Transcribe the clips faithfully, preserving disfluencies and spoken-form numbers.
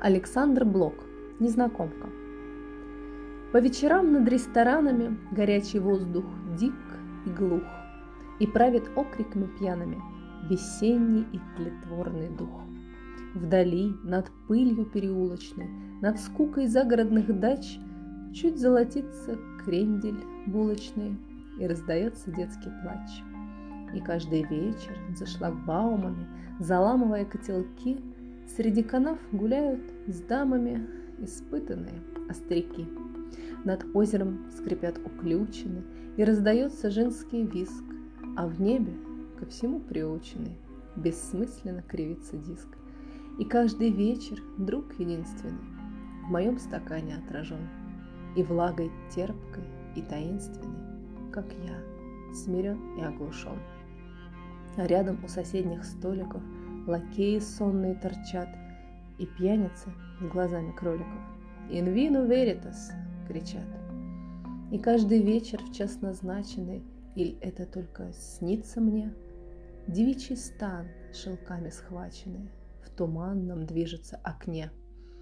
Александр Блок. Незнакомка. По вечерам над ресторанами горячий воздух дик и глух, и правит окриками пьяными весенний и тлетворный дух. Вдали, над пылью переулочной, над скукой загородных дач чуть золотится крендель булочный, и раздается детский плач. И каждый вечер за шлагбаумами, заламывая котелки, среди канав гуляют с дамами испытанные остряки. Над озером скрипят уключины, и раздается женский визг, а в небе, ко всему приученный, бессмысленно кривится диск. И каждый вечер друг единственный в моем стакане отражен, и влагой терпкой и таинственной, как я, смирен и оглушен. А рядом у соседних столиков лакеи сонные торчат, и пьяницы с глазами кроликов «In vino veritas» кричат. И каждый вечер в час назначенный, или это только снится мне, девичий стан шелками схваченный в туманном движется окне.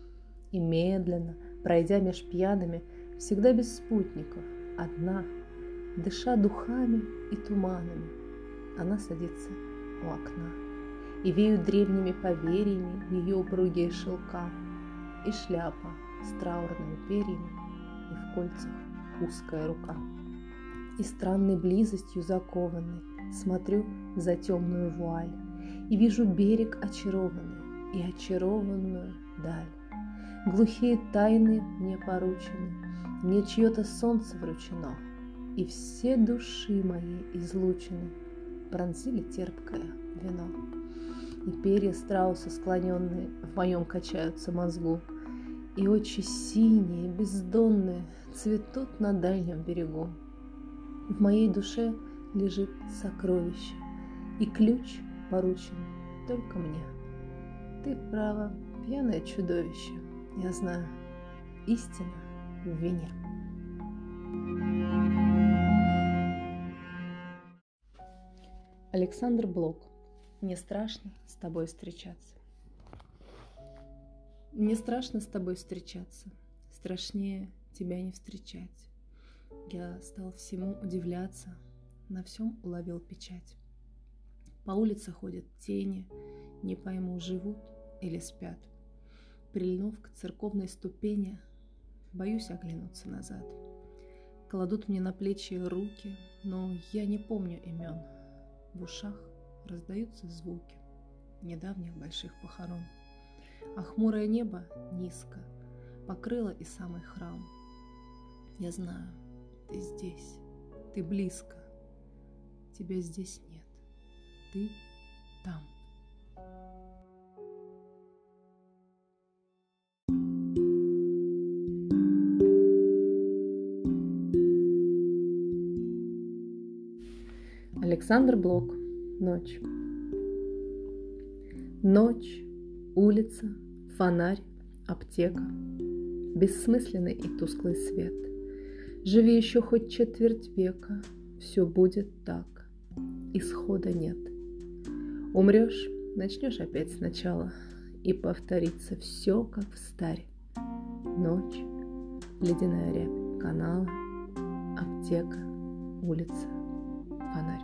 И медленно, пройдя меж пьяными, всегда без спутников, одна, дыша духами и туманами, она садится у окна. И веют древними поверьями ее упругие шелка, и шляпа с траурными перьями, и в кольцах узкая рука. И странной близостью закованной смотрю за темную вуаль, и вижу берег очарованный и очарованную даль. Глухие тайны мне поручены, мне чье-то солнце вручено, и все души мои излучены пронзили терпкое вино. И перья страуса склоненные в моем качаются мозгу, и очи синие, бездонные цветут на дальнем берегу. В моей душе лежит сокровище, и ключ поручен только мне. Ты, право, пьяное чудовище, я знаю, истина в вине. Александр Блок. Мне страшно с тобой встречаться. Мне страшно с тобой встречаться, страшнее тебя не встречать. Я стал всему удивляться, на всем уловил печать. По улице ходят тени, не пойму, живут или спят. Прильнув к церковной ступени, боюсь оглянуться назад. Кладут мне на плечи руки, но я не помню имен. В ушах раздаются звуки недавних больших похорон, а хмурое небо низко покрыло и самый храм. Я знаю, ты здесь, ты близко, тебя здесь нет, ты там. Александр Блок. Ночь. Ночь, улица, фонарь, аптека, бессмысленный и тусклый свет. Живи еще хоть четверть века, все будет так, исхода нет. Умрешь, начнешь опять сначала, и повторится все, как встарь. Ночь, ледяная рябь канала, аптека, улица, фонарь.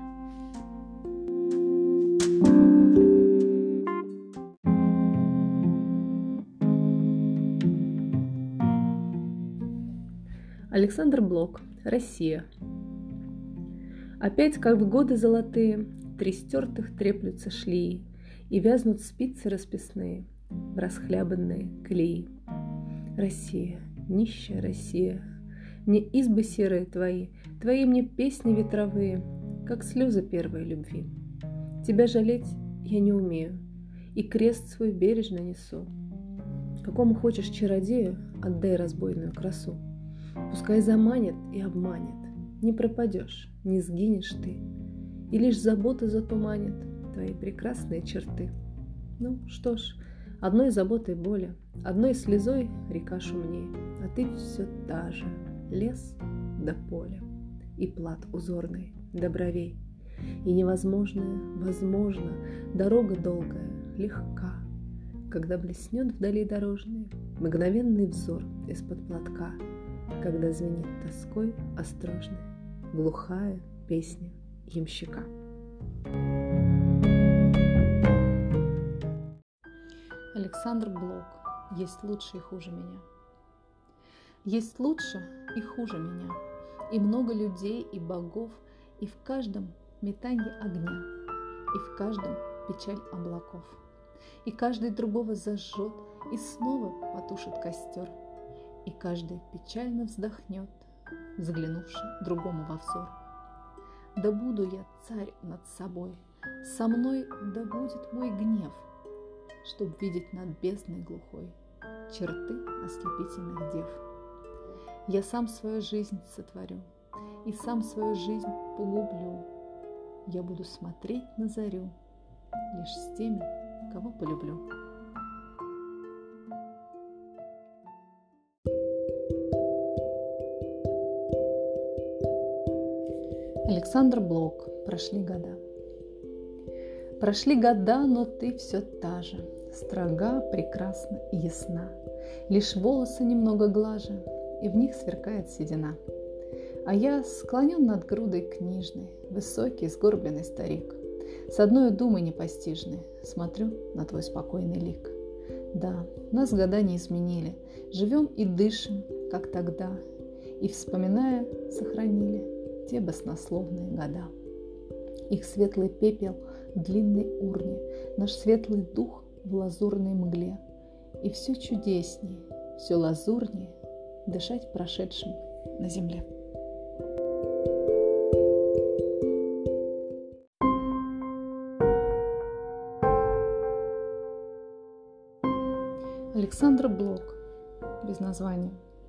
Александр Блок. Россия. Опять, как в годы золотые, три стертых треплются шлеи, и вязнут спицы расписные в расхлябанные колеи. Россия, нищая Россия, мне избы серые твои, твои мне песни ветровые, как слезы первой любви. Тебя жалеть я не умею, и крест свой бережно несу. Какому хочешь чародею, отдай разбойную красу. Пускай заманит и обманет, не пропадешь, не сгинешь ты, и лишь забота затуманит твои прекрасные черты. Ну что ж, одной заботой боли, одной слезой река шумней, а ты все та же, лес до поля, и плат узорный до бровей, и невозможное возможно, дорога долгая, легка, когда блеснет вдали дорожный мгновенный взор из-под платка, когда звенит тоской острожной глухая песня ямщика. Александр Блок. Есть лучше и хуже меня. Есть лучше и хуже меня, и много людей и богов, и в каждом метанье огня, и в каждом печаль облаков, и каждый другого зажжет и снова потушит костер, и каждый печально вздохнет, взглянувши другому во взор. Да буду я царь над собой, со мной да будет мой гнев, чтоб видеть над бездной глухой черты ослепительных дев. Я сам свою жизнь сотворю и сам свою жизнь погублю. Я буду смотреть на зарю лишь с теми, кого полюблю. Александр Блок. Прошли года. Прошли года, но ты все та же, строга, прекрасна и ясна. Лишь волосы немного глаже, и в них сверкает седина. А я склонен над грудой книжной, высокий, сгорбленный старик. С одной думой непостижной смотрю на твой спокойный лик. Да, нас года не изменили, живем и дышим, как тогда, и, вспоминая, сохранили те баснословные года. Их светлый пепел в длинной урне, наш светлый дух в лазурной мгле. И все чудеснее, все лазурнее дышать прошедшим на земле. Александр Блок. Без названия.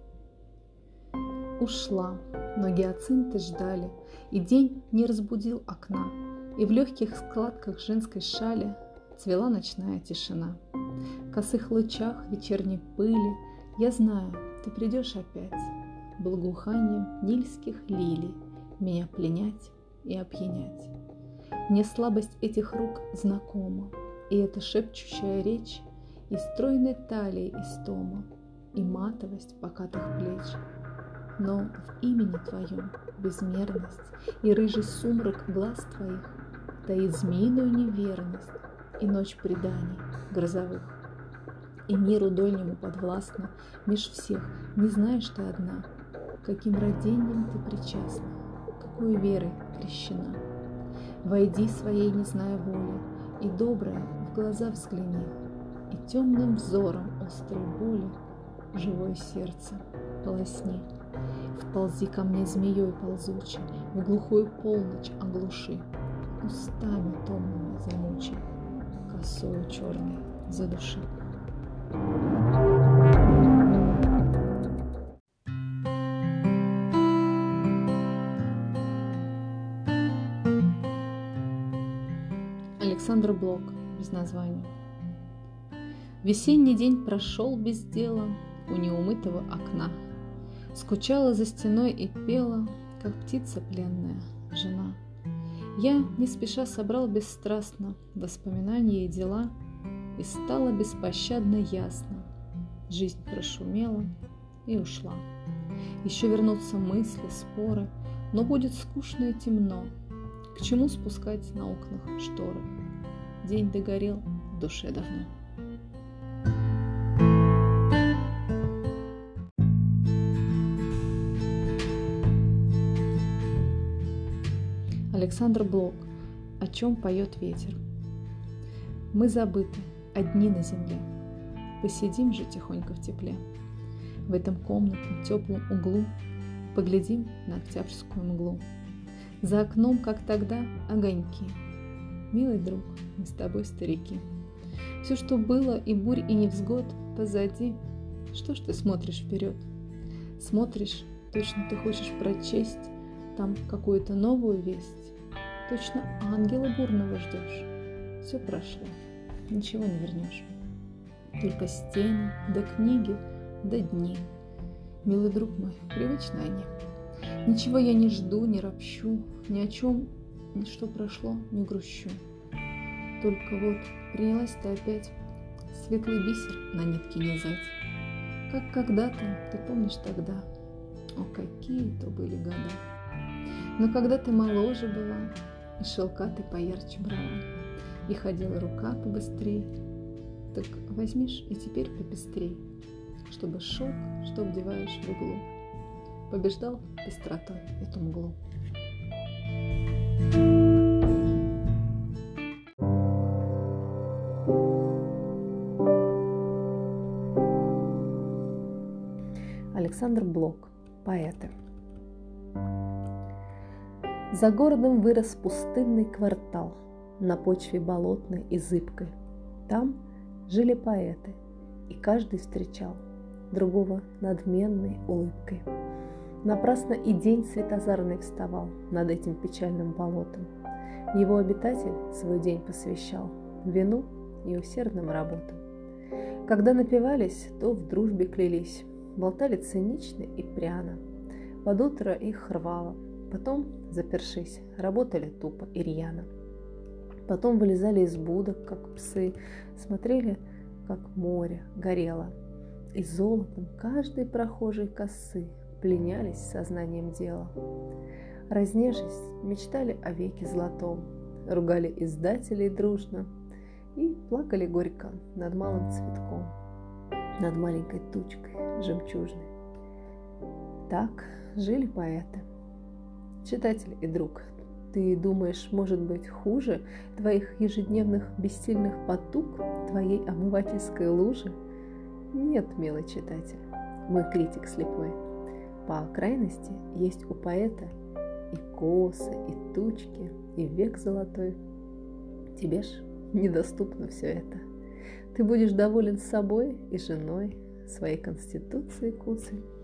Ушла, но гиацинты ждали, и день не разбудил окна, и в легких складках женской шали цвела ночная тишина. В косых лучах вечерней пыли я знаю, ты придешь опять, благоуханием нильских лилий меня пленять и опьянять. Мне слабость этих рук знакома, и эта шепчущая речь, и стройной талии истома, и матовость покатых плеч. Но в имени твоем безмерность и рыжий сумрак глаз твоих таит змеиную неверность и ночь преданий грозовых. И миру дольнему подвластна меж всех, не знаешь ты одна, каким роденьем ты причастна, какой верой крещена. Войди своей, не зная воли, и доброе в глаза взгляни, и темным взором острой боли живое сердце полосни. Вползи ко мне змеей ползучей, в глухую полночь оглуши, устами томными замучи, косою черной задуши. Александр Блок. Без названия. Весенний день прошел без дела у неумытого окна. Скучала за стеной и пела, как птица пленная, жена. Я не спеша собрал бесстрастно воспоминания и дела, и стало беспощадно ясно. Жизнь прошумела и ушла. Еще вернутся мысли, споры, но будет скучно и темно. К чему спускать на окнах шторы? День догорел в душе давно. Александр Блок. О чем поет ветер? Мы забыты, одни на земле. Посидим же тихонько в тепле. В этом комнатном теплом углу поглядим на октябрьскую мглу. За окном, как тогда, огоньки. Милый друг, мы с тобой старики. Все, что было, и бурь, и невзгод, позади. Что ж ты смотришь вперед? Смотришь, точно ты хочешь прочесть там какую-то новую весть. Точно ангела бурного ждешь. Все прошло, ничего не вернешь. Только стены, да книги, да дни. Милый друг мой, привычны они. Ничего я не жду, не ропщу, ни о чем, что прошло, не грущу. Только вот принялась ты опять светлый бисер на нитке низать. Как когда-то, ты помнишь тогда, о, какие то были года. Но когда ты моложе была, и шелка ты поярче брала, и ходила рука побыстрей, так возьмешь и теперь попестрей, чтобы шелк, что вдеваешь в углу, побеждал пестротой эту мглу. Александр Блок. Поэты. За городом вырос пустынный квартал на почве болотной и зыбкой. Там жили поэты, и каждый встречал другого надменной улыбкой. Напрасно и день светозарный вставал над этим печальным болотом. Его обитатель свой день посвящал вину и усердным работам. Когда напивались, то в дружбе клялись, болтали цинично и пряно. Под утро их рвало, потом, запершись, работали тупо и рьяно. Потом вылезали из будок, как псы, смотрели, как море горело, и золотом каждой прохожей косы пленялись сознанием дела. Разнежись, мечтали о веке золотом, ругали издателей дружно и плакали горько над малым цветком, над маленькой тучкой жемчужной. Так жили поэты. Читатель и друг, ты думаешь, может быть хуже твоих ежедневных бессильных потуг, твоей омывательской лужи? Нет, милый читатель, мой критик слепой. По крайности есть у поэта и косы, и тучки, и век золотой. Тебе ж недоступно все это. Ты будешь доволен собой и женой, своей конституцией куцей,